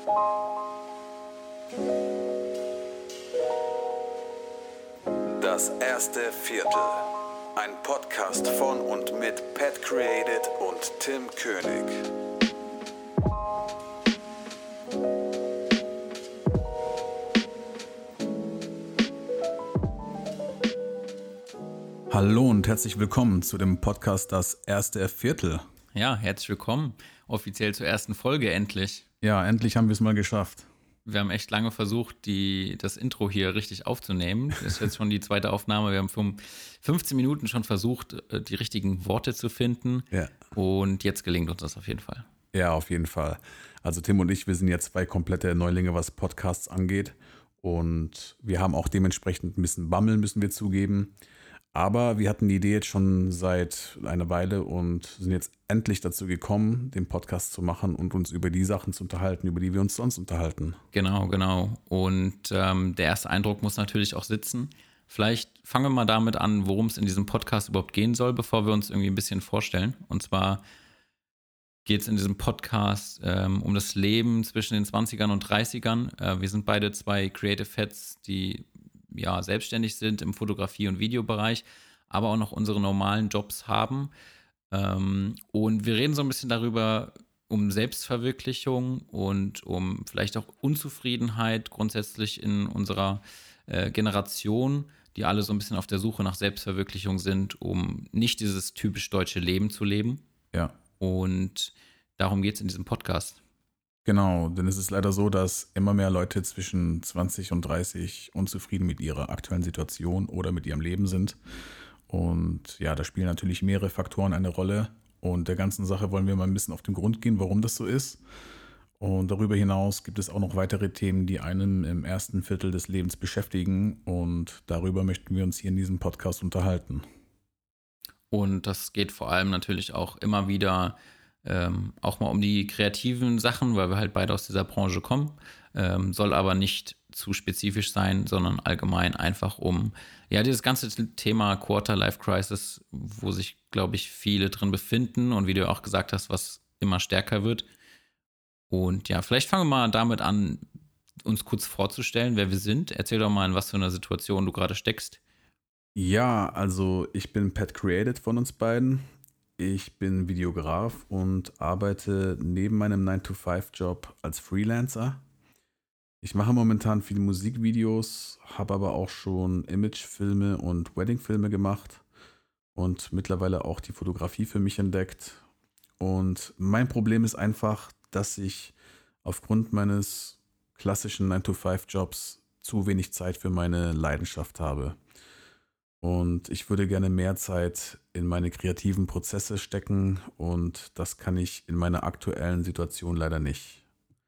Das erste Viertel. Ein Podcast von und mit Pat Created und Tim König. Hallo und herzlich willkommen zu dem Podcast Das erste Viertel. Ja, herzlich willkommen. Offiziell zur ersten Folge endlich. Ja, endlich haben wir es mal geschafft. Wir haben echt lange versucht, das Intro hier richtig aufzunehmen. Das ist jetzt schon die zweite Aufnahme. Wir haben 15 Minuten schon versucht, die richtigen Worte zu finden. Ja. Und jetzt gelingt uns das auf jeden Fall. Ja, auf jeden Fall. Also Tim und ich, wir sind jetzt zwei komplette Neulinge, was Podcasts angeht. Und wir haben auch dementsprechend ein bisschen Bammel, müssen wir zugeben. Aber wir hatten die Idee jetzt schon seit einer Weile und sind jetzt endlich dazu gekommen, den Podcast zu machen und uns über die Sachen zu unterhalten, über die wir uns sonst unterhalten. Genau. Und der erste Eindruck muss natürlich auch sitzen. Vielleicht fangen wir mal damit an, worum es in diesem Podcast überhaupt gehen soll, bevor wir uns irgendwie ein bisschen vorstellen. Und zwar geht es in diesem Podcast um das Leben zwischen den 20ern und 30ern. Wir sind beide zwei Creative Heads, die ja selbstständig sind im Fotografie- und Videobereich, aber auch noch unsere normalen Jobs haben. Und wir reden so ein bisschen darüber, um Selbstverwirklichung und um vielleicht auch Unzufriedenheit grundsätzlich in unserer Generation, die alle so ein bisschen auf der Suche nach Selbstverwirklichung sind, um nicht dieses typisch deutsche Leben zu leben. Ja. Und darum geht es in diesem Podcast. Genau, denn es ist leider so, dass immer mehr Leute zwischen 20 und 30 unzufrieden mit ihrer aktuellen Situation oder mit ihrem Leben sind. Und ja, da spielen natürlich mehrere Faktoren eine Rolle. Und der ganzen Sache wollen wir mal ein bisschen auf den Grund gehen, warum das so ist. Und darüber hinaus gibt es auch noch weitere Themen, die einen im ersten Viertel des Lebens beschäftigen. Und darüber möchten wir uns hier in diesem Podcast unterhalten. Und das geht vor allem natürlich auch immer wieder auch mal um die kreativen Sachen, weil wir halt beide aus dieser Branche kommen, soll aber nicht zu spezifisch sein, sondern allgemein einfach um dieses ganze Thema Quarter-Life-Crisis, wo sich, glaube ich, viele drin befinden und wie du auch gesagt hast, was immer stärker wird. Und ja, vielleicht fangen wir mal damit an, uns kurz vorzustellen, wer wir sind. Erzähl doch mal, in was für einer Situation du gerade steckst. Ja, also ich bin Pat Created von uns beiden. Ich bin Videograf und arbeite neben meinem 9-to-5-Job als Freelancer. Ich mache momentan viele Musikvideos, habe aber auch schon Imagefilme und Weddingfilme gemacht und mittlerweile auch die Fotografie für mich entdeckt. Und mein Problem ist einfach, dass ich aufgrund meines klassischen 9-to-5-Jobs zu wenig Zeit für meine Leidenschaft habe. Und ich würde gerne mehr Zeit in meine kreativen Prozesse stecken und das kann ich in meiner aktuellen Situation leider nicht.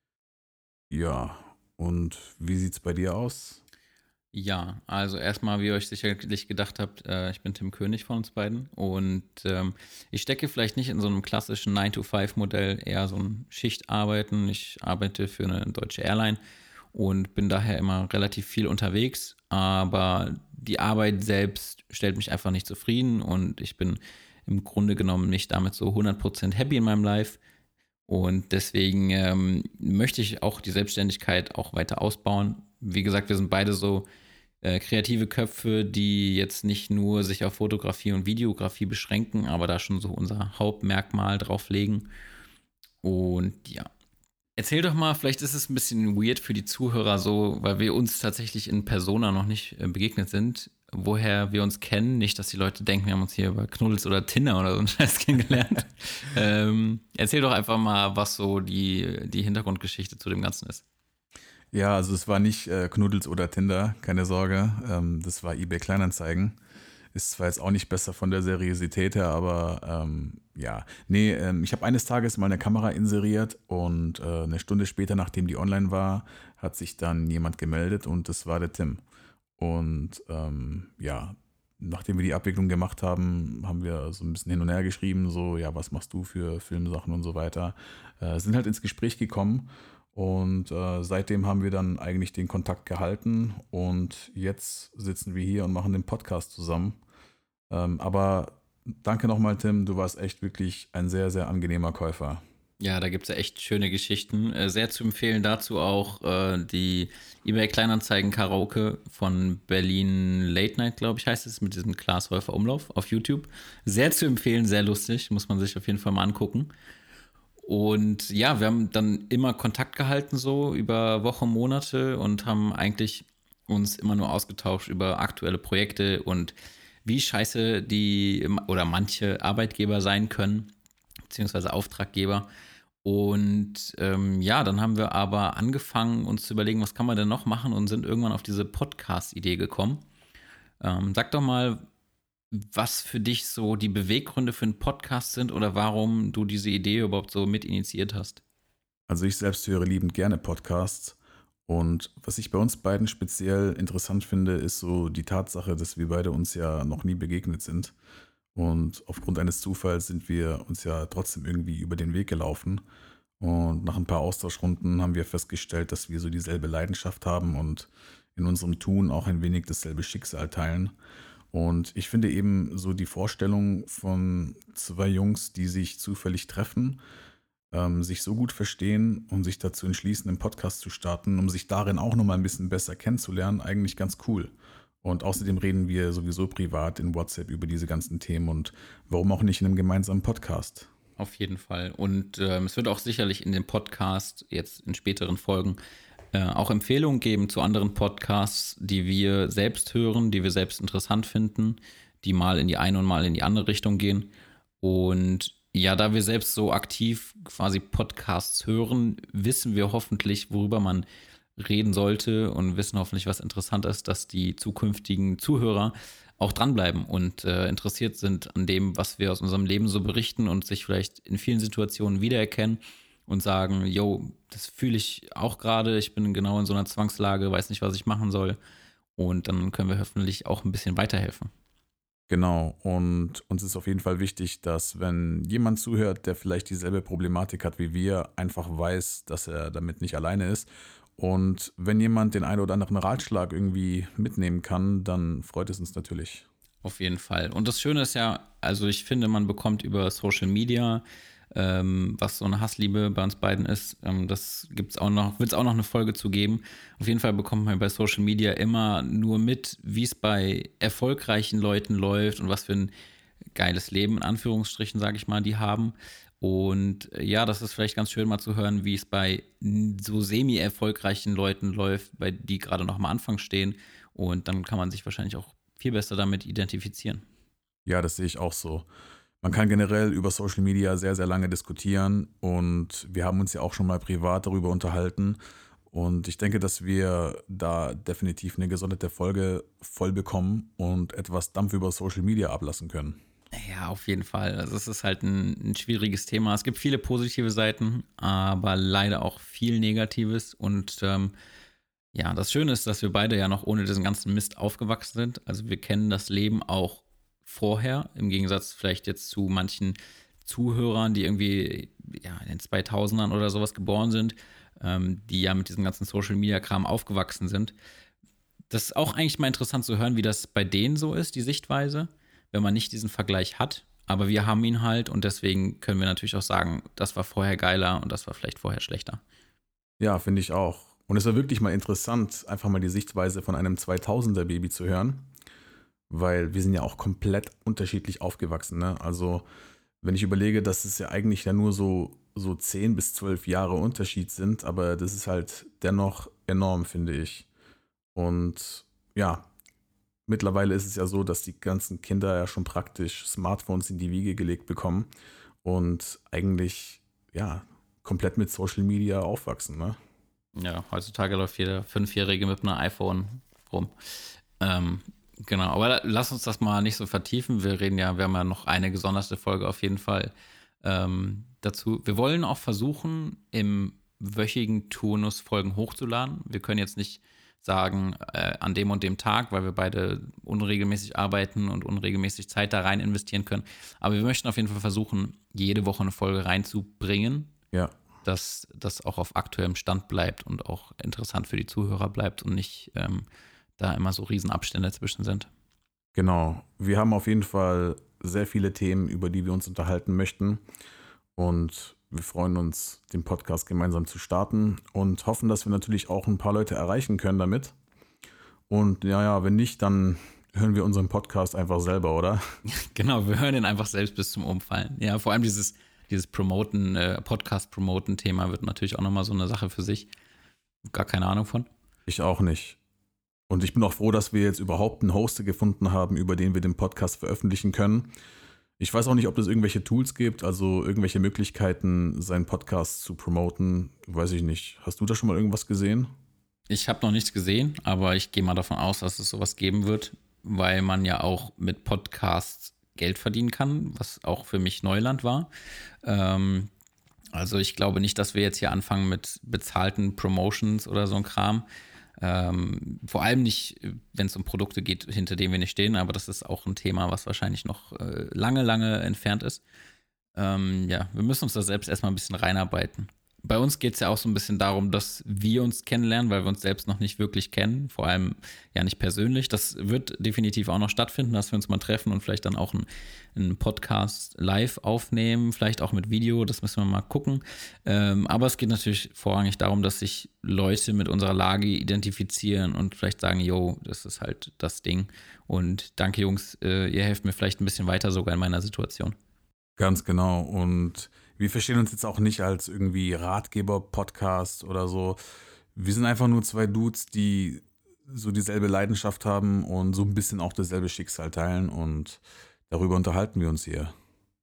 Ja, und wie sieht's bei dir aus? Ja, also erstmal, wie ihr euch sicherlich gedacht habt, ich bin Tim König von uns beiden und ich stecke vielleicht nicht in so einem klassischen 9-to-5-Modell, eher so ein Schichtarbeiten. Ich arbeite für eine deutsche Airline und bin daher immer relativ viel unterwegs, aber die Arbeit selbst stellt mich einfach nicht zufrieden und ich bin im Grunde genommen nicht damit so 100% happy in meinem Life und deswegen möchte ich auch die Selbstständigkeit auch weiter ausbauen. Wie gesagt, wir sind beide so kreative Köpfe, die jetzt nicht nur sich auf Fotografie und Videografie beschränken, aber da schon so unser Hauptmerkmal drauf legen. Und ja, erzähl doch mal, vielleicht ist es ein bisschen weird für die Zuhörer so, weil wir uns tatsächlich in Persona noch nicht begegnet sind, woher wir uns kennen. Nicht, dass die Leute denken, wir haben uns hier über Knuddels oder Tinder oder so einen Scheiß kennengelernt. Erzähl doch einfach mal, was so die Hintergrundgeschichte zu dem Ganzen ist. Ja, also es war nicht Knuddels oder Tinder, keine Sorge. Das war eBay Kleinanzeigen. Ist zwar jetzt auch nicht besser von der Seriosität her, aber ich habe eines Tages mal eine Kamera inseriert und eine Stunde später, nachdem die online war, hat sich dann jemand gemeldet und das war der Tim. Und nachdem wir die Abwicklung gemacht haben, haben wir so ein bisschen hin und her geschrieben, so, ja, was machst du für Filmsachen und so weiter. Sind halt ins Gespräch gekommen und seitdem haben wir dann eigentlich den Kontakt gehalten und jetzt sitzen wir hier und machen den Podcast zusammen. Aber danke nochmal, Tim, du warst echt wirklich ein sehr, sehr angenehmer Käufer. Ja, da gibt es ja echt schöne Geschichten. Sehr zu empfehlen dazu auch die eBay Kleinanzeigen Karaoke von Berlin Late Night, glaube ich, heißt es, mit diesem Klaas Häufer Umlauf auf YouTube. Sehr zu empfehlen, sehr lustig, muss man sich auf jeden Fall mal angucken. Und ja, wir haben dann immer Kontakt gehalten so über Wochen, Monate und haben eigentlich uns immer nur ausgetauscht über aktuelle Projekte und wie scheiße die oder manche Arbeitgeber sein können, beziehungsweise Auftraggeber. Und ja, dann haben wir aber angefangen, uns zu überlegen, was kann man denn noch machen und sind irgendwann auf diese Podcast-Idee gekommen. Sag doch mal, was für dich so die Beweggründe für einen Podcast sind oder warum du diese Idee überhaupt so mit initiiert hast. Also ich selbst höre liebend gerne Podcasts und was ich bei uns beiden speziell interessant finde, ist so die Tatsache, dass wir beide uns ja noch nie begegnet sind. Und aufgrund eines Zufalls sind wir uns ja trotzdem irgendwie über den Weg gelaufen. Und nach ein paar Austauschrunden haben wir festgestellt, dass wir so dieselbe Leidenschaft haben und in unserem Tun auch ein wenig dasselbe Schicksal teilen. Und ich finde eben so die Vorstellung von zwei Jungs, die sich zufällig treffen, sich so gut verstehen und sich dazu entschließen, einen Podcast zu starten, um sich darin auch nochmal ein bisschen besser kennenzulernen, eigentlich ganz cool. Und außerdem reden wir sowieso privat in WhatsApp über diese ganzen Themen und warum auch nicht in einem gemeinsamen Podcast? Auf jeden Fall. Und es wird auch sicherlich in dem Podcast jetzt in späteren Folgen auch Empfehlungen geben zu anderen Podcasts, die wir selbst hören, die wir selbst interessant finden, die mal in die eine und mal in die andere Richtung gehen. Und ja, da wir selbst so aktiv quasi Podcasts hören, wissen wir hoffentlich, worüber man reden sollte und wissen hoffentlich, was interessant ist, dass die zukünftigen Zuhörer auch dranbleiben und interessiert sind an dem, was wir aus unserem Leben so berichten und sich vielleicht in vielen Situationen wiedererkennen und sagen, yo, das fühle ich auch gerade, ich bin genau in so einer Zwangslage, weiß nicht, was ich machen soll. Und dann können wir hoffentlich auch ein bisschen weiterhelfen. Genau, und uns ist auf jeden Fall wichtig, dass wenn jemand zuhört, der vielleicht dieselbe Problematik hat wie wir, einfach weiß, dass er damit nicht alleine ist. Und wenn jemand den einen oder anderen Ratschlag irgendwie mitnehmen kann, dann freut es uns natürlich. Auf jeden Fall. Und das Schöne ist ja, also ich finde, man bekommt über Social Media, was so eine Hassliebe bei uns beiden ist, das gibt's auch noch, wird es auch noch eine Folge zu geben. Auf jeden Fall bekommt man bei Social Media immer nur mit, wie es bei erfolgreichen Leuten läuft und was für ein geiles Leben, in Anführungsstrichen, sage ich mal, die haben. Und ja, das ist vielleicht ganz schön mal zu hören, wie es bei so semi-erfolgreichen Leuten läuft, bei die gerade noch am Anfang stehen. Und dann kann man sich wahrscheinlich auch viel besser damit identifizieren. Ja, das sehe ich auch so. Man kann generell über Social Media sehr, sehr lange diskutieren und wir haben uns ja auch schon mal privat darüber unterhalten. Und ich denke, dass wir da definitiv eine gesonderte Folge voll bekommen und etwas Dampf über Social Media ablassen können. Ja, auf jeden Fall. Also es ist halt ein schwieriges Thema. Es gibt viele positive Seiten, aber leider auch viel Negatives. Und ja, das Schöne ist, dass wir beide ja noch ohne diesen ganzen Mist aufgewachsen sind. Also wir kennen das Leben auch vorher, im Gegensatz vielleicht jetzt zu manchen Zuhörern, die irgendwie ja, in den 2000ern oder sowas geboren sind, die ja mit diesem ganzen Social-Media-Kram aufgewachsen sind. Das ist auch eigentlich mal interessant zu hören, wie das bei denen so ist, die Sichtweise, wenn man nicht diesen Vergleich hat. Aber wir haben ihn halt und deswegen können wir natürlich auch sagen, das war vorher geiler und das war vielleicht vorher schlechter. Ja, finde ich auch. Und es war wirklich mal interessant, einfach mal die Sichtweise von einem 2000er-Baby zu hören, weil wir sind ja auch komplett unterschiedlich aufgewachsen. Ne? Also wenn ich überlege, dass es ja eigentlich ja nur so 10 bis 12 Jahre Unterschied sind, aber das ist halt dennoch enorm, finde ich. Und ja, mittlerweile ist es ja so, dass die ganzen Kinder ja schon praktisch Smartphones in die Wiege gelegt bekommen und eigentlich ja komplett mit Social Media aufwachsen. Ne? Ja, heutzutage läuft jeder Fünfjährige mit einem iPhone rum. Ähm, genau, aber lass uns das mal nicht so vertiefen. Wir haben ja noch eine gesonderte Folge auf jeden Fall dazu. Wir wollen auch versuchen, im wöchigen Turnus Folgen hochzuladen. Wir können jetzt nicht sagen, an dem und dem Tag, weil wir beide unregelmäßig arbeiten und unregelmäßig Zeit da rein investieren können. Aber wir möchten auf jeden Fall versuchen, jede Woche eine Folge reinzubringen, Ja. dass das auch auf aktuellem Stand bleibt und auch interessant für die Zuhörer bleibt und nicht da immer so Riesenabstände zwischen sind. Genau. Wir haben auf jeden Fall sehr viele Themen, über die wir uns unterhalten möchten. Und Wir freuen uns, den Podcast gemeinsam zu starten und hoffen, dass wir natürlich auch ein paar Leute erreichen können damit. Und ja, wenn nicht, dann hören wir unseren Podcast einfach selber, oder? Genau, wir hören ihn einfach selbst bis zum Umfallen. Ja, vor allem dieses Promoten, Podcast-Promoten-Thema wird natürlich auch nochmal so eine Sache für sich. Gar keine Ahnung von. Ich auch nicht. Und ich bin auch froh, dass wir jetzt überhaupt einen Hoster gefunden haben, über den wir den Podcast veröffentlichen können. Ich weiß auch nicht, ob es irgendwelche Tools gibt, also irgendwelche Möglichkeiten, seinen Podcast zu promoten. Weiß ich nicht. Hast du da schon mal irgendwas gesehen? Ich habe noch nichts gesehen, aber ich gehe mal davon aus, dass es sowas geben wird, weil man ja auch mit Podcasts Geld verdienen kann, was auch für mich Neuland war. Also ich glaube nicht, dass wir jetzt hier anfangen mit bezahlten Promotions oder so ein Kram. Vor allem nicht, wenn es um Produkte geht, hinter denen wir nicht stehen, aber das ist auch ein Thema, was wahrscheinlich noch lange, lange entfernt ist. Ja, wir müssen uns da selbst erstmal ein bisschen reinarbeiten. Bei uns geht es ja auch so ein bisschen darum, dass wir uns kennenlernen, weil wir uns selbst noch nicht wirklich kennen, vor allem ja nicht persönlich. Das wird definitiv auch noch stattfinden, dass wir uns mal treffen und vielleicht dann auch einen Podcast live aufnehmen, vielleicht auch mit Video, das müssen wir mal gucken. Aber es geht natürlich vorrangig darum, dass sich Leute mit unserer Lage identifizieren und vielleicht sagen, yo, das ist halt das Ding. Und danke Jungs, ihr helft mir vielleicht ein bisschen weiter sogar in meiner Situation. Ganz genau. Und wir verstehen uns jetzt auch nicht als irgendwie Ratgeber-Podcast oder so. Wir sind einfach nur zwei Dudes, die so dieselbe Leidenschaft haben und so ein bisschen auch dasselbe Schicksal teilen, und darüber unterhalten wir uns hier.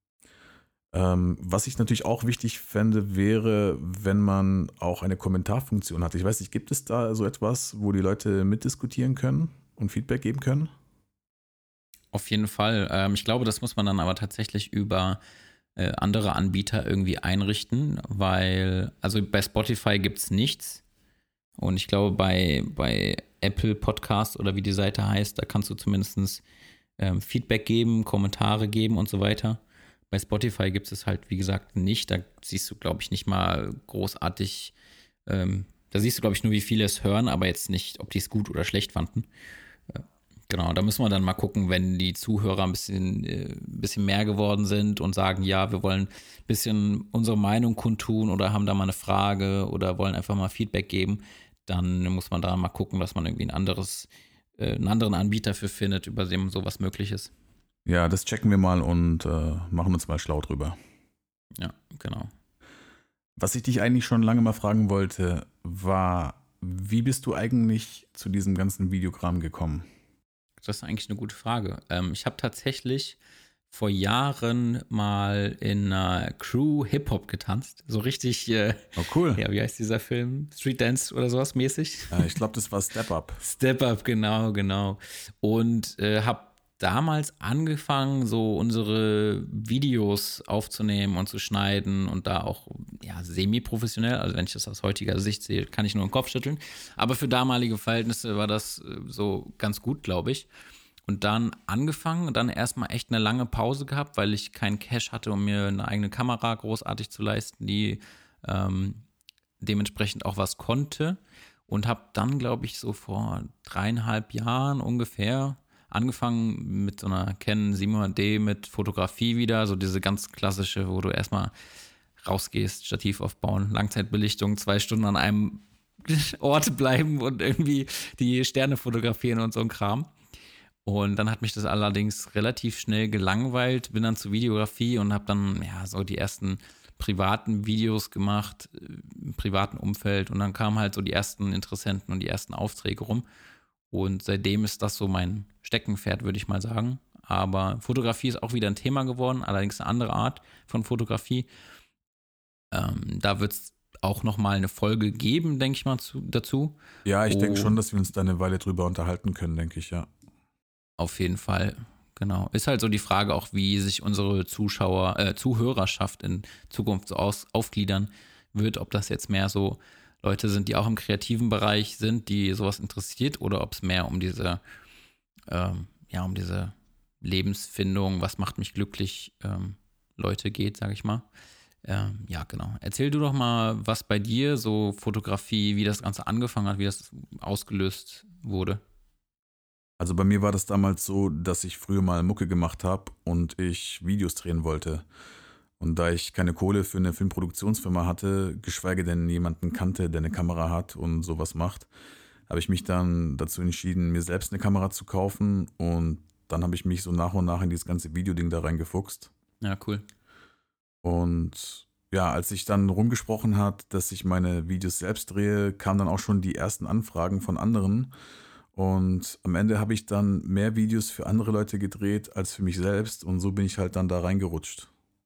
Was ich natürlich auch wichtig fände, wäre, wenn man auch eine Kommentarfunktion hat. Ich weiß nicht, gibt es da so etwas, wo die Leute mitdiskutieren können und Feedback geben können? Auf jeden Fall. Ich glaube, das muss man dann aber tatsächlich über andere Anbieter irgendwie einrichten, weil, also bei Spotify gibt es nichts. Und ich glaube, bei Apple Podcast oder wie die Seite heißt, da kannst du zumindest Feedback geben, Kommentare geben und so weiter. Bei Spotify gibt es halt, wie gesagt, nicht. Da siehst du, glaube ich, nicht mal großartig, da siehst du, glaube ich, nur, wie viele es hören, aber jetzt nicht, ob die es gut oder schlecht fanden. Genau, da müssen wir dann mal gucken, wenn die Zuhörer ein bisschen mehr geworden sind und sagen, ja, wir wollen ein bisschen unsere Meinung kundtun oder haben da mal eine Frage oder wollen einfach mal Feedback geben, dann muss man da mal gucken, dass man irgendwie einen anderen Anbieter für findet, über dem sowas möglich ist. Ja, das checken wir mal und machen uns mal schlau drüber. Ja, genau. Was ich dich eigentlich schon lange mal fragen wollte, war, wie bist du eigentlich zu diesem ganzen Videogramm gekommen? Das ist eigentlich eine gute Frage. Ich habe tatsächlich vor Jahren mal in einer Crew Hip-Hop getanzt. So richtig, Oh, cool. ja, wie heißt dieser Film? Street Dance oder sowas mäßig? Ich glaube, das war Step Up. Step Up, genau. Und habe damals angefangen, so unsere Videos aufzunehmen und zu schneiden und da auch ja, semi-professionell, also wenn ich das aus heutiger Sicht sehe, kann ich nur den Kopf schütteln. Aber für damalige Verhältnisse war das so ganz gut, glaube ich. Und dann angefangen und dann erstmal echt eine lange Pause gehabt, weil ich keinen Cash hatte, um mir eine eigene Kamera großartig zu leisten, die dementsprechend auch was konnte. Und habe dann, glaube ich, so vor 3,5 Jahren ungefähr angefangen mit so einer Canon 700D mit Fotografie wieder, so diese ganz klassische, wo du erstmal rausgehst, Stativ aufbauen, Langzeitbelichtung, 2 Stunden an einem Ort bleiben und irgendwie die Sterne fotografieren und so ein Kram. Und dann hat mich das allerdings relativ schnell gelangweilt, bin dann zur Videografie und habe dann ja so die ersten privaten Videos gemacht, im privaten Umfeld, und dann kamen halt so die ersten Interessenten und die ersten Aufträge rum. Und seitdem ist das so mein Steckenpferd, würde ich mal sagen. Aber Fotografie ist auch wieder ein Thema geworden, allerdings eine andere Art von Fotografie. Da wird es auch nochmal eine Folge geben, denke ich mal, dazu. Ja, ich denke schon, dass wir uns da eine Weile drüber unterhalten können, denke ich, ja. Auf jeden Fall, genau. Ist halt so die Frage auch, wie sich unsere Zuhörerschaft in Zukunft so aufgliedern wird, ob das jetzt mehr so Leute sind, die auch im kreativen Bereich sind, die sowas interessiert, oder ob es mehr um diese Lebensfindung, was macht mich glücklich, Leute geht, sage ich mal. Ja, genau. Erzähl du doch mal, was bei dir so Fotografie, wie das Ganze angefangen hat, wie das ausgelöst wurde. Also bei mir war das damals so, dass ich früher mal Mucke gemacht habe und ich Videos drehen wollte. Und da ich keine Kohle für eine Filmproduktionsfirma hatte, geschweige denn jemanden kannte, der eine Kamera hat und sowas macht, habe ich mich dann dazu entschieden, mir selbst eine Kamera zu kaufen. Und dann habe ich mich so nach und nach in dieses ganze Videoding da reingefuchst. Ja, cool. Und ja, als ich dann rumgesprochen hat, dass ich meine Videos selbst drehe, kamen dann auch schon die ersten Anfragen von anderen. Und am Ende habe ich dann mehr Videos für andere Leute gedreht als für mich selbst. Und so bin ich halt dann da reingerutscht.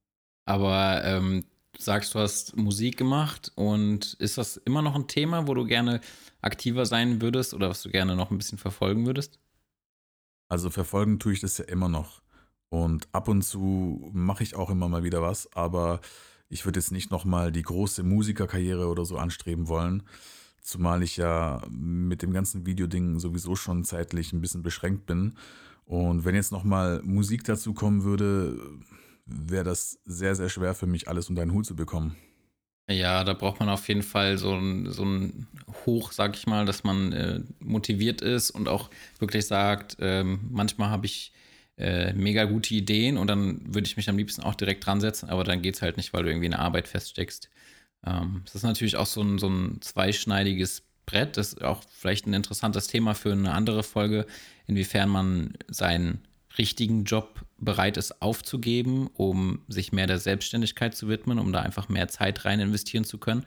Aber du sagst, du hast Musik gemacht und ist das immer noch ein Thema, wo du gerne aktiver sein würdest oder was du gerne noch ein bisschen verfolgen würdest? Also verfolgen tue ich das ja immer noch. Und ab und zu mache ich auch immer mal wieder was, aber ich würde jetzt nicht nochmal die große Musikerkarriere oder so anstreben wollen, zumal ich ja mit dem ganzen Videoding sowieso schon zeitlich ein bisschen beschränkt bin. Und wenn jetzt nochmal Musik dazu kommen würde, wäre das sehr, sehr schwer für mich, alles unter einen Hut zu bekommen. Ja, da braucht man auf jeden Fall so ein Hoch, sag ich mal, dass man motiviert ist und auch wirklich sagt, manchmal habe ich mega gute Ideen und dann würde ich mich am liebsten auch direkt dran setzen, aber dann geht's halt nicht, weil du irgendwie in der Arbeit feststeckst. Das ist natürlich auch so ein zweischneidiges Brett. Das ist auch vielleicht ein interessantes Thema für eine andere Folge, inwiefern man seinen richtigen Job bereit ist aufzugeben, um sich mehr der Selbstständigkeit zu widmen, um da einfach mehr Zeit rein investieren zu können.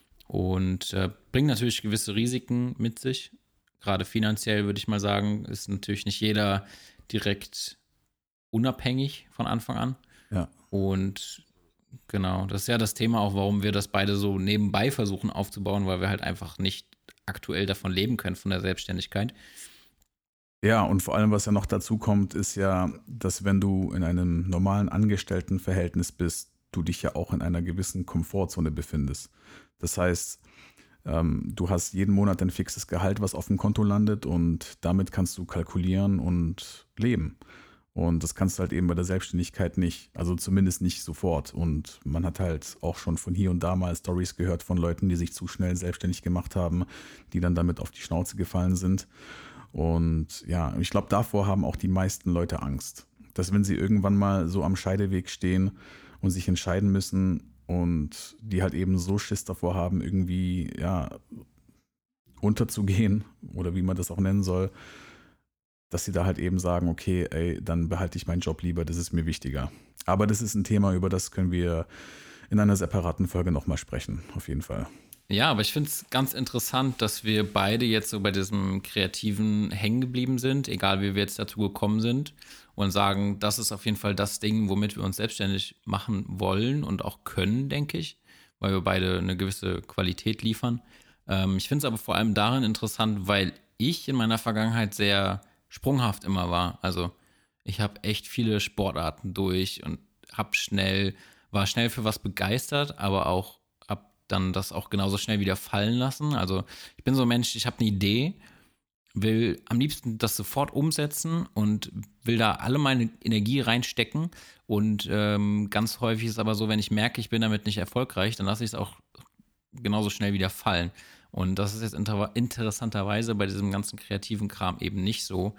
Und bringt natürlich gewisse Risiken mit sich. Gerade finanziell würde ich mal sagen, ist natürlich nicht jeder direkt unabhängig von Anfang an. Ja. Und genau, das ist ja das Thema auch, warum wir das beide so nebenbei versuchen aufzubauen, weil wir halt einfach nicht aktuell davon leben können, von der Selbstständigkeit. Ja, und vor allem, was ja noch dazu kommt, ist ja, dass wenn du in einem normalen Angestelltenverhältnis bist, du dich ja auch in einer gewissen Komfortzone befindest. Das heißt, du hast jeden Monat ein fixes Gehalt, was auf dem Konto landet und damit kannst du kalkulieren und leben. Und das kannst du halt eben bei der Selbstständigkeit nicht, also zumindest nicht sofort. Und man hat halt auch schon von hier und da mal Stories gehört von Leuten, die sich zu schnell selbstständig gemacht haben, die dann damit auf die Schnauze gefallen sind. Und ja, ich glaube, davor haben auch die meisten Leute Angst, dass wenn sie irgendwann mal so am Scheideweg stehen und sich entscheiden müssen und die halt eben so Schiss davor haben, irgendwie ja unterzugehen oder wie man das auch nennen soll, dass sie da halt eben sagen, okay, ey, dann behalte ich meinen Job lieber, das ist mir wichtiger. Aber das ist ein Thema, über das können wir in einer separaten Folge nochmal sprechen, auf jeden Fall. Ja, aber ich finde es ganz interessant, dass wir beide jetzt so bei diesem Kreativen hängen geblieben sind, egal wie wir jetzt dazu gekommen sind, und sagen, das ist auf jeden Fall das Ding, womit wir uns selbstständig machen wollen und auch können, denke ich, weil wir beide eine gewisse Qualität liefern. Ich finde es aber vor allem darin interessant, weil ich in meiner Vergangenheit sehr sprunghaft immer war. Also ich habe echt viele Sportarten durch und war schnell für was begeistert, aber auch habe dann das auch genauso schnell wieder fallen lassen. Also ich bin so ein Mensch, ich habe eine Idee, will am liebsten das sofort umsetzen und will da alle meine Energie reinstecken. Und ganz häufig ist es aber so, wenn ich merke, ich bin damit nicht erfolgreich, dann lasse ich es auch genauso schnell wieder fallen. Und das ist jetzt interessanterweise bei diesem ganzen kreativen Kram eben nicht so,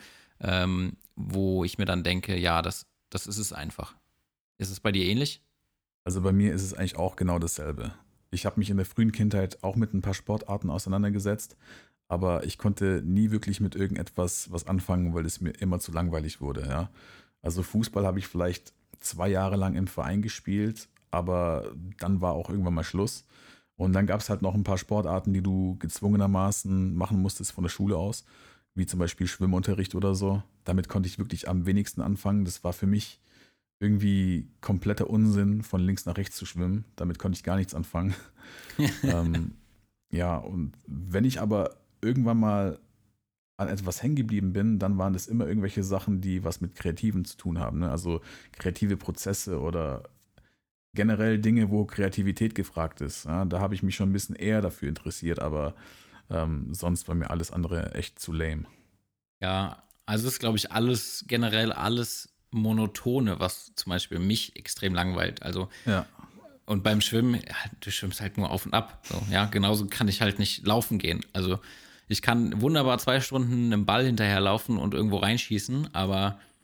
wo ich mir dann denke, ja, das ist es einfach. Ist es bei dir ähnlich? Also bei mir ist es eigentlich auch genau dasselbe. Ich habe mich in der frühen Kindheit auch mit ein paar Sportarten auseinandergesetzt, aber ich konnte nie wirklich mit irgendetwas was anfangen, weil es mir immer zu langweilig wurde, ja. Also Fußball habe ich vielleicht 2 Jahre lang im Verein gespielt, aber dann war auch irgendwann mal Schluss. Und dann gab es halt noch ein paar Sportarten, die du gezwungenermaßen machen musstest von der Schule aus, wie zum Beispiel Schwimmunterricht oder so. Damit konnte ich wirklich am wenigsten anfangen. Das war für mich irgendwie kompletter Unsinn, von links nach rechts zu schwimmen. Damit konnte ich gar nichts anfangen. Ähm, ja, und wenn ich aber irgendwann mal an etwas hängen geblieben bin, dann waren das immer irgendwelche Sachen, die was mit Kreativen zu tun haben. Ne? Also kreative Prozesse oder generell Dinge, wo Kreativität gefragt ist. Ja? Da habe ich mich schon ein bisschen eher dafür interessiert, aber sonst war mir alles andere echt zu lame. Ja, also es ist, glaube ich, alles, generell alles Monotone, was zum Beispiel mich extrem langweilt. Also, Ja, und beim Schwimmen, ja, du schwimmst halt nur auf und ab. So, ja, genauso kann ich halt nicht laufen gehen. Also, ich kann wunderbar 2 Stunden einem Ball hinterherlaufen und irgendwo reinschießen, aber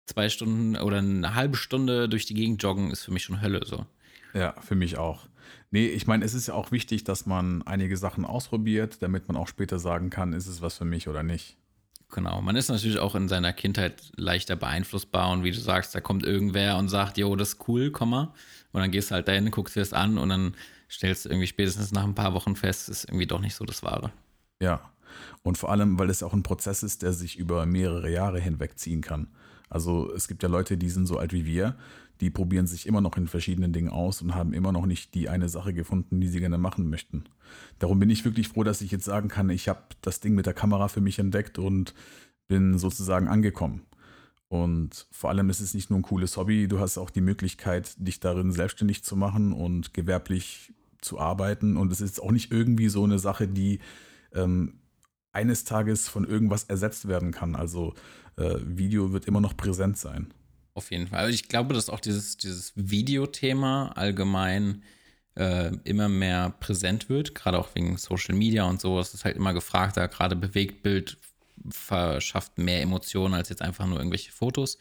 2 Stunden oder eine halbe Stunde durch die Gegend joggen ist für mich schon Hölle so. Ja, für mich auch. Nee, ich meine, es ist ja auch wichtig, dass man einige Sachen ausprobiert, damit man auch später sagen kann, ist es was für mich oder nicht. Genau, man ist natürlich auch in seiner Kindheit leichter beeinflussbar und wie du sagst, da kommt irgendwer und sagt, jo, das ist cool, komm mal. Und dann gehst du halt dahin, guckst dir das an und dann stellst du irgendwie spätestens nach ein paar Wochen fest, ist irgendwie doch nicht so das Wahre. Ja, und vor allem, weil es auch ein Prozess ist, der sich über mehrere Jahre hinweg ziehen kann. Also es gibt ja Leute, die sind so alt wie wir, die probieren sich immer noch in verschiedenen Dingen aus und haben immer noch nicht die eine Sache gefunden, die sie gerne machen möchten. Darum bin ich wirklich froh, dass ich jetzt sagen kann, ich habe das Ding mit der Kamera für mich entdeckt und bin sozusagen angekommen. Und vor allem ist es nicht nur ein cooles Hobby, du hast auch die Möglichkeit, dich darin selbstständig zu machen und gewerblich zu arbeiten. Und es ist auch nicht irgendwie so eine Sache, die ähm, eines Tages von irgendwas ersetzt werden kann. Also Video wird immer noch präsent sein. Auf jeden Fall. Also ich glaube, dass auch dieses Videothema allgemein immer mehr präsent wird, gerade auch wegen Social Media und so. Es ist halt immer gefragter, gerade Bewegtbild verschafft mehr Emotionen als jetzt einfach nur irgendwelche Fotos.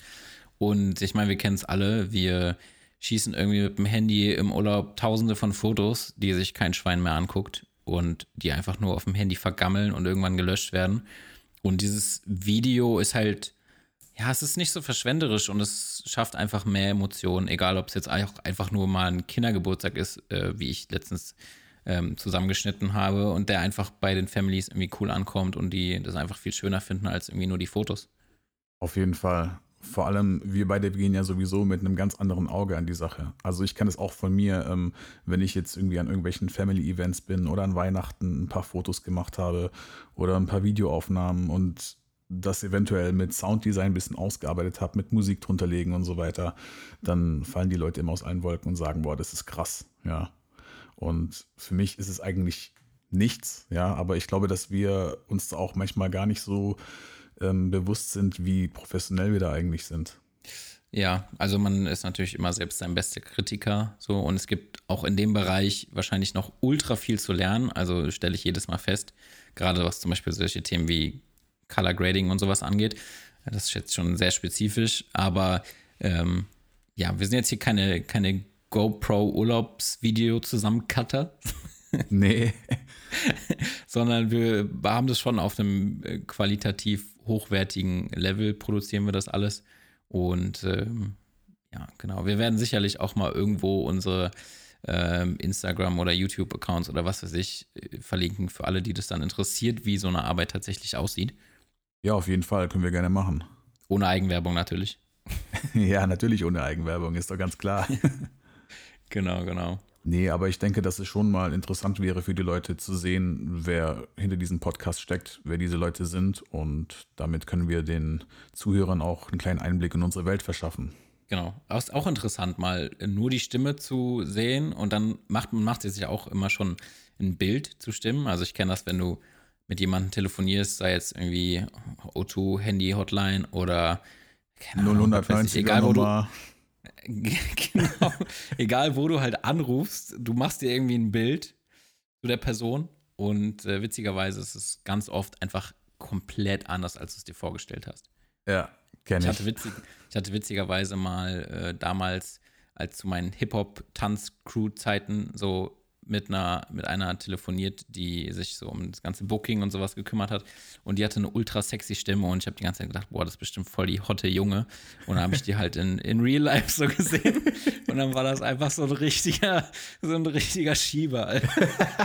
Und ich meine, wir kennen es alle, wir schießen irgendwie mit dem Handy im Urlaub tausende von Fotos, die sich kein Schwein mehr anguckt und die einfach nur auf dem Handy vergammeln und irgendwann gelöscht werden. Und dieses Video ist halt, ja, es ist nicht so verschwenderisch und es schafft einfach mehr Emotionen, egal ob es jetzt auch einfach nur mal ein Kindergeburtstag ist, wie ich letztens zusammengeschnitten habe und der einfach bei den Families irgendwie cool ankommt und die das einfach viel schöner finden als irgendwie nur die Fotos. Auf jeden Fall. Vor allem, wir beide gehen ja sowieso mit einem ganz anderen Auge an die Sache. Also ich kenne es auch von mir, wenn ich jetzt irgendwie an irgendwelchen Family-Events bin oder an Weihnachten ein paar Fotos gemacht habe oder ein paar Videoaufnahmen und das eventuell mit Sounddesign ein bisschen ausgearbeitet habe, mit Musik drunter legen und so weiter, dann fallen die Leute immer aus allen Wolken und sagen, boah, das ist krass, ja. Und für mich ist es eigentlich nichts, ja, aber ich glaube, dass wir uns da auch manchmal gar nicht so bewusst sind, wie professionell wir da eigentlich sind. Ja, also man ist natürlich immer selbst sein bester Kritiker so und es gibt auch in dem Bereich wahrscheinlich noch ultra viel zu lernen, also stelle ich jedes Mal fest, gerade was zum Beispiel solche Themen wie Color Grading und sowas angeht. Das ist jetzt schon sehr spezifisch, aber ja, wir sind jetzt hier keine GoPro-Urlaubsvideo-Zusammencutter, Nee, sondern wir haben das schon auf einem qualitativ hochwertigen Level, produzieren wir das alles. Und ja, genau. Wir werden sicherlich auch mal irgendwo unsere Instagram- oder YouTube-Accounts oder was weiß ich verlinken für alle, die das dann interessiert, wie so eine Arbeit tatsächlich aussieht. ja, auf jeden Fall, können wir gerne machen. Ohne Eigenwerbung natürlich. Ja, natürlich ohne Eigenwerbung, ist doch ganz klar. Genau, genau. Nee, aber ich denke, dass es schon mal interessant wäre für die Leute zu sehen, wer hinter diesem Podcast steckt, wer diese Leute sind. Und damit können wir den Zuhörern auch einen kleinen Einblick in unsere Welt verschaffen. Genau. Aber es ist auch interessant, mal nur die Stimme zu sehen und dann macht es sich auch immer schon ein Bild zu Stimmen. Also ich kenne das, wenn du mit jemandem telefonierst, sei jetzt irgendwie O2, Handy, Hotline oder keine Ahnung, was weiß ich, 090er egal wo du, Nummer. genau, egal wo du halt anrufst, du machst dir irgendwie ein Bild zu der Person und witzigerweise ist es ganz oft einfach komplett anders, als du es dir vorgestellt hast. Ja, kenne ich. Ich hatte witzigerweise mal damals, als zu meinen Hip-Hop-Tanz-Crew-Zeiten so mit einer telefoniert, die sich so um das ganze Booking und sowas gekümmert hat. Und die hatte eine ultra sexy Stimme und ich habe die ganze Zeit gedacht, boah, das ist bestimmt voll die hotte Junge. Und dann habe ich die halt in Real Life so gesehen. Und dann war das einfach so ein richtiger Schieber, Alter.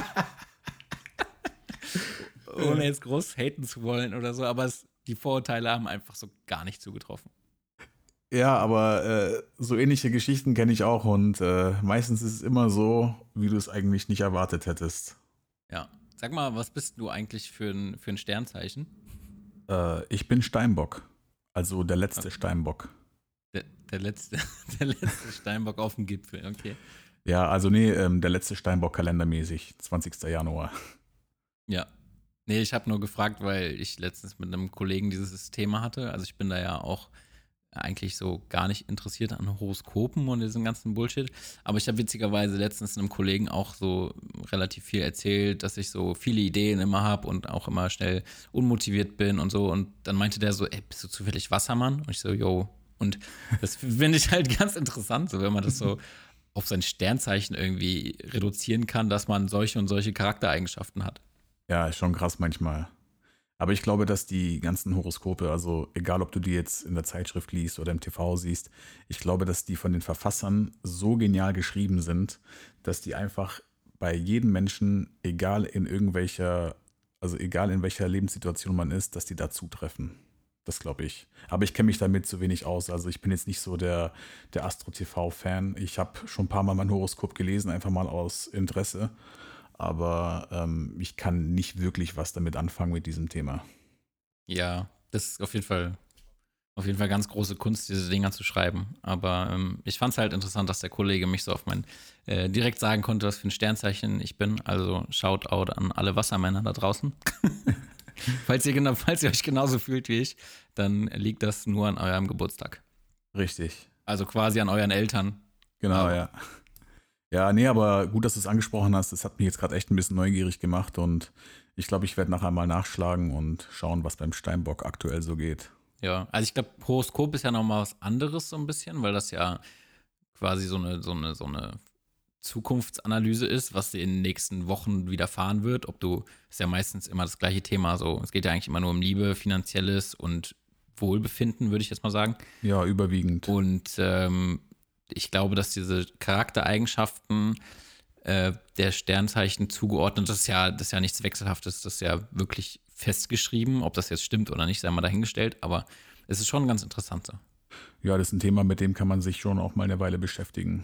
Ohne jetzt groß haten zu wollen oder so, aber die Vorurteile haben einfach so gar nicht zugetroffen. Ja, aber so ähnliche Geschichten kenne ich auch und meistens ist es immer so, wie du es eigentlich nicht erwartet hättest. Ja. Sag mal, was bist du eigentlich für ein Sternzeichen? Ich bin Steinbock, also der letzte Steinbock. Der letzte, der letzte Steinbock auf dem Gipfel, okay. Ja, also nee, der letzte Steinbock kalendermäßig, 20. Januar. Ja. Nee, ich habe nur gefragt, weil ich letztens mit einem Kollegen dieses Thema hatte. Also ich bin da ja auch eigentlich so gar nicht interessiert an Horoskopen und diesem ganzen Bullshit. Aber ich habe witzigerweise letztens einem Kollegen auch so relativ viel erzählt, dass ich so viele Ideen immer habe und auch immer schnell unmotiviert bin und so. Und dann meinte der so, ey, bist du zufällig Wassermann? Und ich so, yo, Und das finde ich halt ganz interessant, so wenn man das so auf sein Sternzeichen irgendwie reduzieren kann, dass man solche und solche Charaktereigenschaften hat. Ja, ist schon krass manchmal. Aber ich glaube, dass die ganzen Horoskope, also egal ob du die jetzt in der Zeitschrift liest oder im TV siehst, ich glaube, dass die von den Verfassern so genial geschrieben sind, dass die einfach bei jedem Menschen, egal in welcher Lebenssituation man ist, dass die da zutreffen. Das glaube ich. Aber ich kenne mich damit zu wenig aus. Also ich bin jetzt nicht so der Astro-TV-Fan. Ich habe schon ein paar Mal mein Horoskop gelesen, einfach mal aus Interesse. Aber ich kann nicht wirklich was damit anfangen mit diesem Thema. Ja, das ist auf jeden Fall ganz große Kunst, diese Dinger zu schreiben. Aber ich fand es halt interessant, dass der Kollege mich so auf mein direkt sagen konnte, was für ein Sternzeichen ich bin. Also Shoutout an alle Wassermänner da draußen. Falls ihr euch genauso fühlt wie ich, dann liegt das nur an eurem Geburtstag. Richtig. Also quasi an euren Eltern. Genau, Aber ja. Ja, nee, aber gut, dass du es angesprochen hast. Das hat mich jetzt gerade echt ein bisschen neugierig gemacht und ich glaube, ich werde nachher mal nachschlagen und schauen, was beim Steinbock aktuell so geht. ja, also ich glaube, Horoskop ist ja nochmal was anderes so ein bisschen, weil das ja quasi so eine Zukunftsanalyse ist, was dir in den nächsten Wochen widerfahren wird. Ist ja meistens immer das gleiche Thema. So, es geht ja eigentlich immer nur um Liebe, finanzielles und Wohlbefinden, würde ich jetzt mal sagen. Ja, überwiegend. Und ich glaube, dass diese Charaktereigenschaften der Sternzeichen zugeordnet, das ist ja nichts Wechselhaftes, das ist ja wirklich festgeschrieben. Ob das jetzt stimmt oder nicht, sei mal dahingestellt, aber es ist schon ganz interessant so. Ja, das ist ein Thema, mit dem kann man sich schon auch mal eine Weile beschäftigen.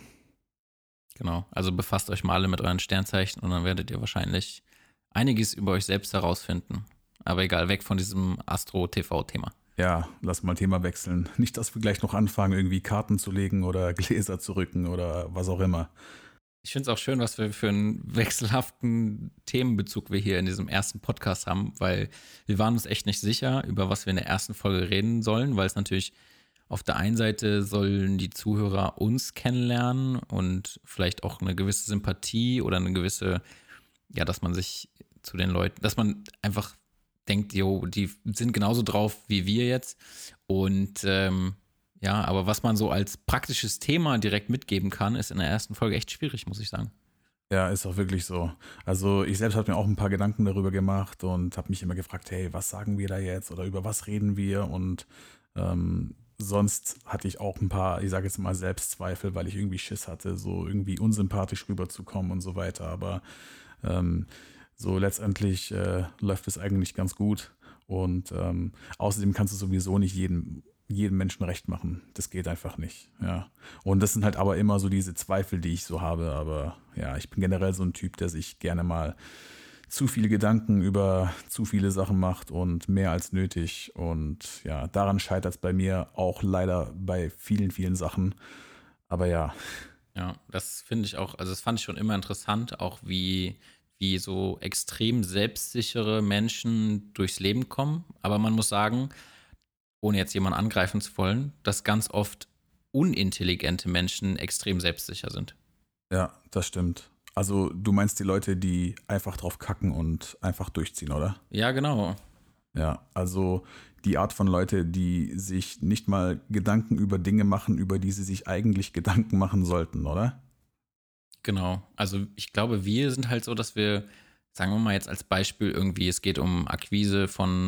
Genau. Also befasst euch mal alle mit euren Sternzeichen und dann werdet ihr wahrscheinlich einiges über euch selbst herausfinden. Aber egal, weg von diesem Astro-TV-Thema. Ja, lass mal Thema wechseln. Nicht, dass wir gleich noch anfangen, irgendwie Karten zu legen oder Gläser zu rücken oder was auch immer. Ich finde es auch schön, was wir für einen wechselhaften Themenbezug wir hier in diesem ersten Podcast haben, weil wir waren uns echt nicht sicher, über was wir in der ersten Folge reden sollen, weil es natürlich auf der einen Seite sollen die Zuhörer uns kennenlernen und vielleicht auch eine gewisse Sympathie oder eine gewisse, ja, dass man sich zu den Leuten, dass man einfach denkt, jo, die sind genauso drauf wie wir jetzt. Und ja, aber was man so als praktisches Thema direkt mitgeben kann, ist in der ersten Folge echt schwierig, muss ich sagen. Ja, ist auch wirklich so. Also ich selbst habe mir auch ein paar Gedanken darüber gemacht und habe mich immer gefragt, hey, was sagen wir da jetzt oder über was reden wir? Und sonst hatte ich auch ein paar, ich sage jetzt mal, Selbstzweifel, weil ich irgendwie Schiss hatte, so irgendwie unsympathisch rüberzukommen und so weiter. Aber ähm, so letztendlich läuft es eigentlich ganz gut. Und außerdem kannst du sowieso nicht jedem Menschen recht machen. Das geht einfach nicht. Ja. Und das sind halt aber immer so diese Zweifel, die ich so habe. Aber ja, ich bin generell so ein Typ, der sich gerne mal zu viele Gedanken über zu viele Sachen macht und mehr als nötig. Und ja, daran scheitert es bei mir auch leider bei vielen, vielen Sachen. Aber ja, Ja, das finde ich auch, also das fand ich schon immer interessant, auch wie so extrem selbstsichere Menschen durchs Leben kommen. Aber man muss sagen, ohne jetzt jemanden angreifen zu wollen, dass ganz oft unintelligente Menschen extrem selbstsicher sind. ja, das stimmt. Also du meinst die Leute, die einfach drauf kacken und einfach durchziehen, oder? Ja, genau. Ja, also die Art von Leute, die sich nicht mal Gedanken über Dinge machen, über die sie sich eigentlich Gedanken machen sollten, oder? Genau. Also ich glaube, wir sind halt so, dass wir, sagen wir mal jetzt als Beispiel irgendwie, es geht um Akquise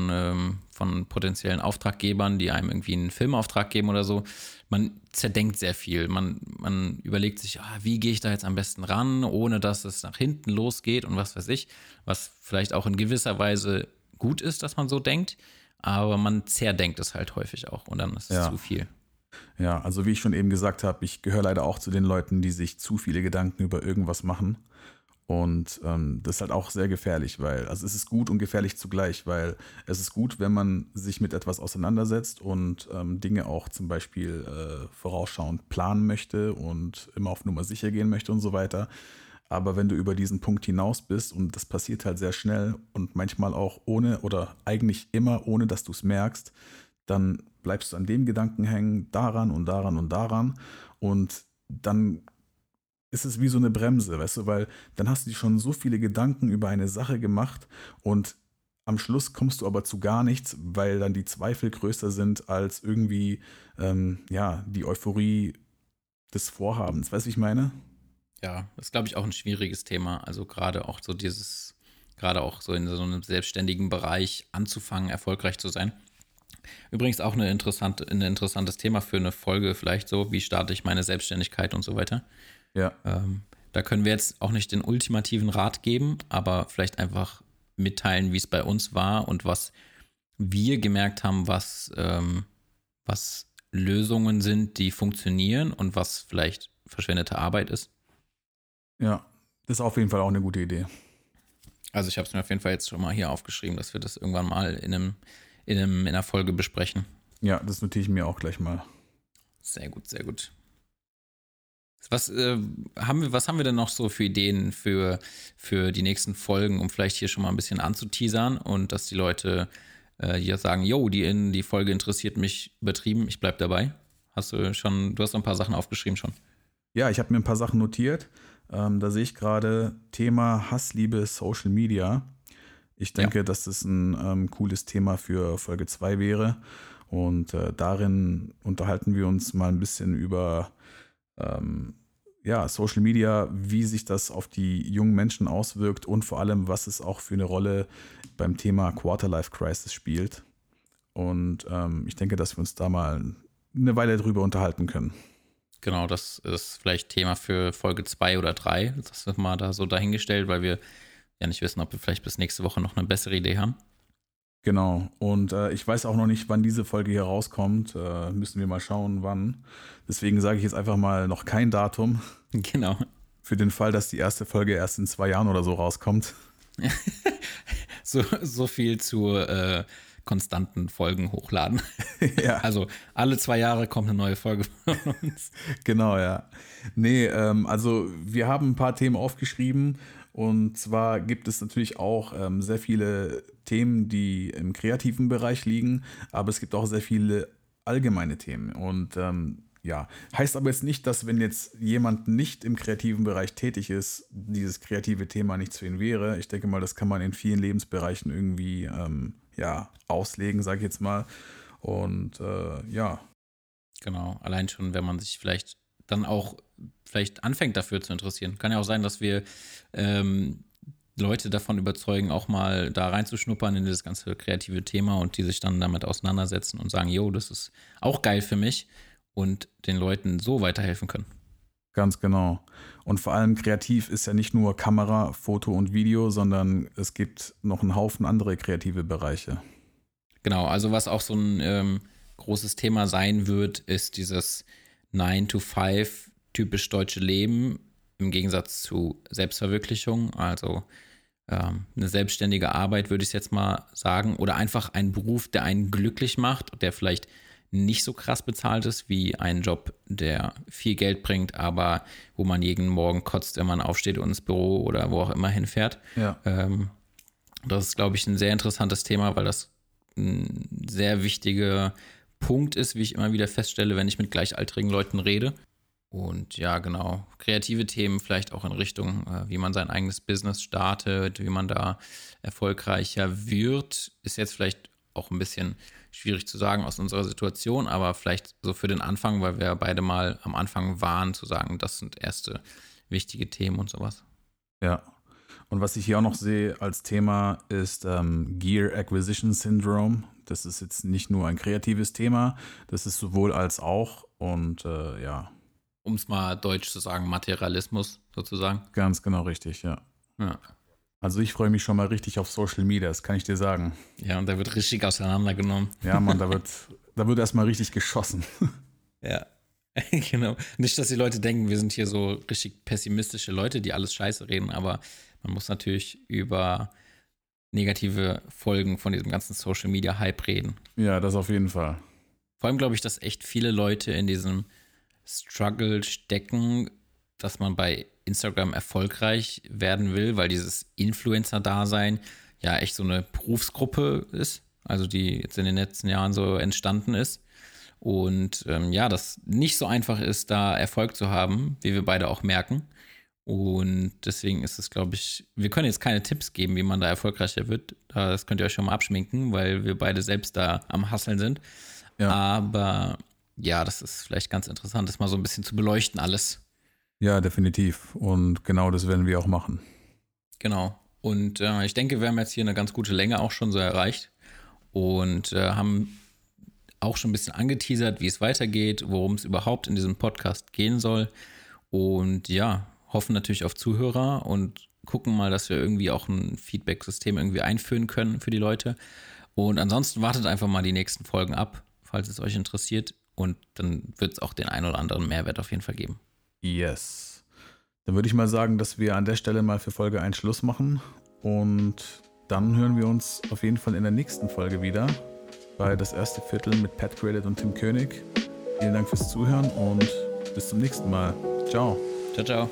von potenziellen Auftraggebern, die einem irgendwie einen Filmauftrag geben oder so. Man zerdenkt sehr viel. Man überlegt sich, wie gehe ich da jetzt am besten ran, ohne dass es nach hinten losgeht und was weiß ich, was vielleicht auch in gewisser Weise gut ist, dass man so denkt, aber man zerdenkt es halt häufig auch und dann ist es Ja. zu viel. Ja, also wie ich schon eben gesagt habe, ich gehöre leider auch zu den Leuten, die sich zu viele Gedanken über irgendwas machen. Und das ist halt auch sehr gefährlich, weil, also es ist gut und gefährlich zugleich, weil es ist gut, wenn man sich mit etwas auseinandersetzt und Dinge auch zum Beispiel vorausschauend planen möchte und immer auf Nummer sicher gehen möchte und so weiter. Aber wenn du über diesen Punkt hinaus bist und das passiert halt sehr schnell und manchmal auch ohne oder eigentlich immer ohne, dass du es merkst, dann bleibst du an dem Gedanken hängen, daran und daran und daran und dann ist es wie so eine Bremse, weißt du, weil dann hast du dir schon so viele Gedanken über eine Sache gemacht und am Schluss kommst du aber zu gar nichts, weil dann die Zweifel größer sind als irgendwie die Euphorie des Vorhabens. Weißt du, wie ich meine? Ja, das ist, glaube ich, auch ein schwieriges Thema. Also gerade auch so in so einem selbstständigen Bereich anzufangen, erfolgreich zu sein. Übrigens auch ein interessantes Thema für eine Folge, vielleicht so, wie starte ich meine Selbstständigkeit und so weiter. Ja, Da können wir jetzt auch nicht den ultimativen Rat geben, aber vielleicht einfach mitteilen, wie es bei uns war und was wir gemerkt haben, was Lösungen sind, die funktionieren und was vielleicht verschwendete Arbeit ist. ja. Das ist auf jeden Fall auch eine gute Idee. Also ich habe es mir auf jeden Fall jetzt schon mal hier aufgeschrieben, dass wir das irgendwann mal in einer Folge besprechen. Ja, das notiere ich mir auch gleich mal. Sehr gut, sehr gut. Was haben wir denn noch so für Ideen für die nächsten Folgen, um vielleicht hier schon mal ein bisschen anzuteasern und dass die Leute hier sagen, yo, die Folge interessiert mich übertrieben, ich bleib dabei. Du hast noch ein paar Sachen aufgeschrieben schon. Ja, ich habe mir ein paar Sachen notiert. Da sehe ich gerade Thema Hassliebe Social Media. Ich denke, dass das ein cooles Thema für Folge 2 wäre. Und darin unterhalten wir uns mal ein bisschen über Social Media, wie sich das auf die jungen Menschen auswirkt und vor allem, was es auch für eine Rolle beim Thema Quarterlife Crisis spielt. Und ich denke, dass wir uns da mal eine Weile drüber unterhalten können. Genau, das ist vielleicht Thema für Folge 2 oder 3. Das wird mal da so dahingestellt, weil wir ja nicht wissen, ob wir vielleicht bis nächste Woche noch eine bessere Idee haben. Genau, und ich weiß auch noch nicht, wann diese Folge hier rauskommt. Müssen wir mal schauen, wann. Deswegen sage ich jetzt einfach mal noch kein Datum. Genau. Für den Fall, dass die erste Folge erst in 2 Jahren oder so rauskommt. So viel zu konstanten Folgen hochladen. Ja. Also alle 2 Jahre kommt eine neue Folge von uns. Genau, ja. Nee, also wir haben ein paar Themen aufgeschrieben. Und zwar gibt es natürlich auch sehr viele Themen, die im kreativen Bereich liegen, aber es gibt auch sehr viele allgemeine Themen. Und heißt aber jetzt nicht, dass wenn jetzt jemand nicht im kreativen Bereich tätig ist, dieses kreative Thema nichts für ihn wäre. Ich denke mal, das kann man in vielen Lebensbereichen irgendwie auslegen, sage ich jetzt mal. Und Genau, allein schon, wenn man sich vielleicht dann auch anfängt dafür zu interessieren. Kann ja auch sein, dass wir Leute davon überzeugen, auch mal da reinzuschnuppern in dieses ganze kreative Thema und die sich dann damit auseinandersetzen und sagen, jo, das ist auch geil für mich und den Leuten so weiterhelfen können. Ganz genau. Und vor allem kreativ ist ja nicht nur Kamera, Foto und Video, sondern es gibt noch einen Haufen andere kreative Bereiche. Genau, also was auch so ein großes Thema sein wird, ist dieses 9-to-5 typisch deutsche Leben im Gegensatz zu Selbstverwirklichung, also eine selbstständige Arbeit, würde ich jetzt mal sagen, oder einfach ein Beruf, der einen glücklich macht, der vielleicht nicht so krass bezahlt ist wie ein Job, der viel Geld bringt, aber wo man jeden Morgen kotzt, wenn man aufsteht und ins Büro oder wo auch immer hinfährt. Ja. Das ist, glaube ich, ein sehr interessantes Thema, weil das ein sehr wichtiger Punkt ist, wie ich immer wieder feststelle, wenn ich mit gleichaltrigen Leuten rede. Und ja, genau, kreative Themen vielleicht auch in Richtung, wie man sein eigenes Business startet, wie man da erfolgreicher wird, ist jetzt vielleicht auch ein bisschen schwierig zu sagen aus unserer Situation, aber vielleicht so für den Anfang, weil wir beide mal am Anfang waren, zu sagen, das sind erste wichtige Themen und sowas. Ja. Und was ich hier auch noch sehe als Thema ist Gear Acquisition Syndrome. Das ist jetzt nicht nur ein kreatives Thema, das ist sowohl als auch und Um es mal deutsch zu sagen, Materialismus sozusagen. Ganz genau richtig, ja. Ja. Also ich freue mich schon mal richtig auf Social Media, das kann ich dir sagen. Ja, und da wird richtig auseinandergenommen. Ja, Mann, da wird erstmal richtig geschossen. Ja, genau. Nicht, dass die Leute denken, wir sind hier so richtig pessimistische Leute, die alles scheiße reden, aber man muss natürlich über negative Folgen von diesem ganzen Social-Media-Hype reden. Ja, das auf jeden Fall. Vor allem glaube ich, dass echt viele Leute in diesem Struggle stecken, dass man bei Instagram erfolgreich werden will, weil dieses Influencer-Dasein ja echt so eine Berufsgruppe ist, also die jetzt in den letzten Jahren so entstanden ist. Und das nicht so einfach ist, da Erfolg zu haben, wie wir beide auch merken. Und deswegen ist es, glaube ich, wir können jetzt keine Tipps geben, wie man da erfolgreicher wird. Das könnt ihr euch schon mal abschminken, weil wir beide selbst da am Hasseln sind. Ja. Aber ja, das ist vielleicht ganz interessant, das mal so ein bisschen zu beleuchten alles. Ja, definitiv. Und genau das werden wir auch machen. Genau. Und ich denke, wir haben jetzt hier eine ganz gute Länge auch schon so erreicht und haben auch schon ein bisschen angeteasert, wie es weitergeht, worum es überhaupt in diesem Podcast gehen soll. Und ja, hoffen natürlich auf Zuhörer und gucken mal, dass wir irgendwie auch ein Feedback-System irgendwie einführen können für die Leute. Und ansonsten wartet einfach mal die nächsten Folgen ab, falls es euch interessiert. Und dann wird es auch den einen oder anderen Mehrwert auf jeden Fall geben. Yes. Dann würde ich mal sagen, dass wir an der Stelle mal für Folge 1 Schluss machen. Und dann hören wir uns auf jeden Fall in der nächsten Folge wieder bei Das erste Viertel mit Pat Created und Tim König. Vielen Dank fürs Zuhören und bis zum nächsten Mal. Ciao. Ciao, ciao.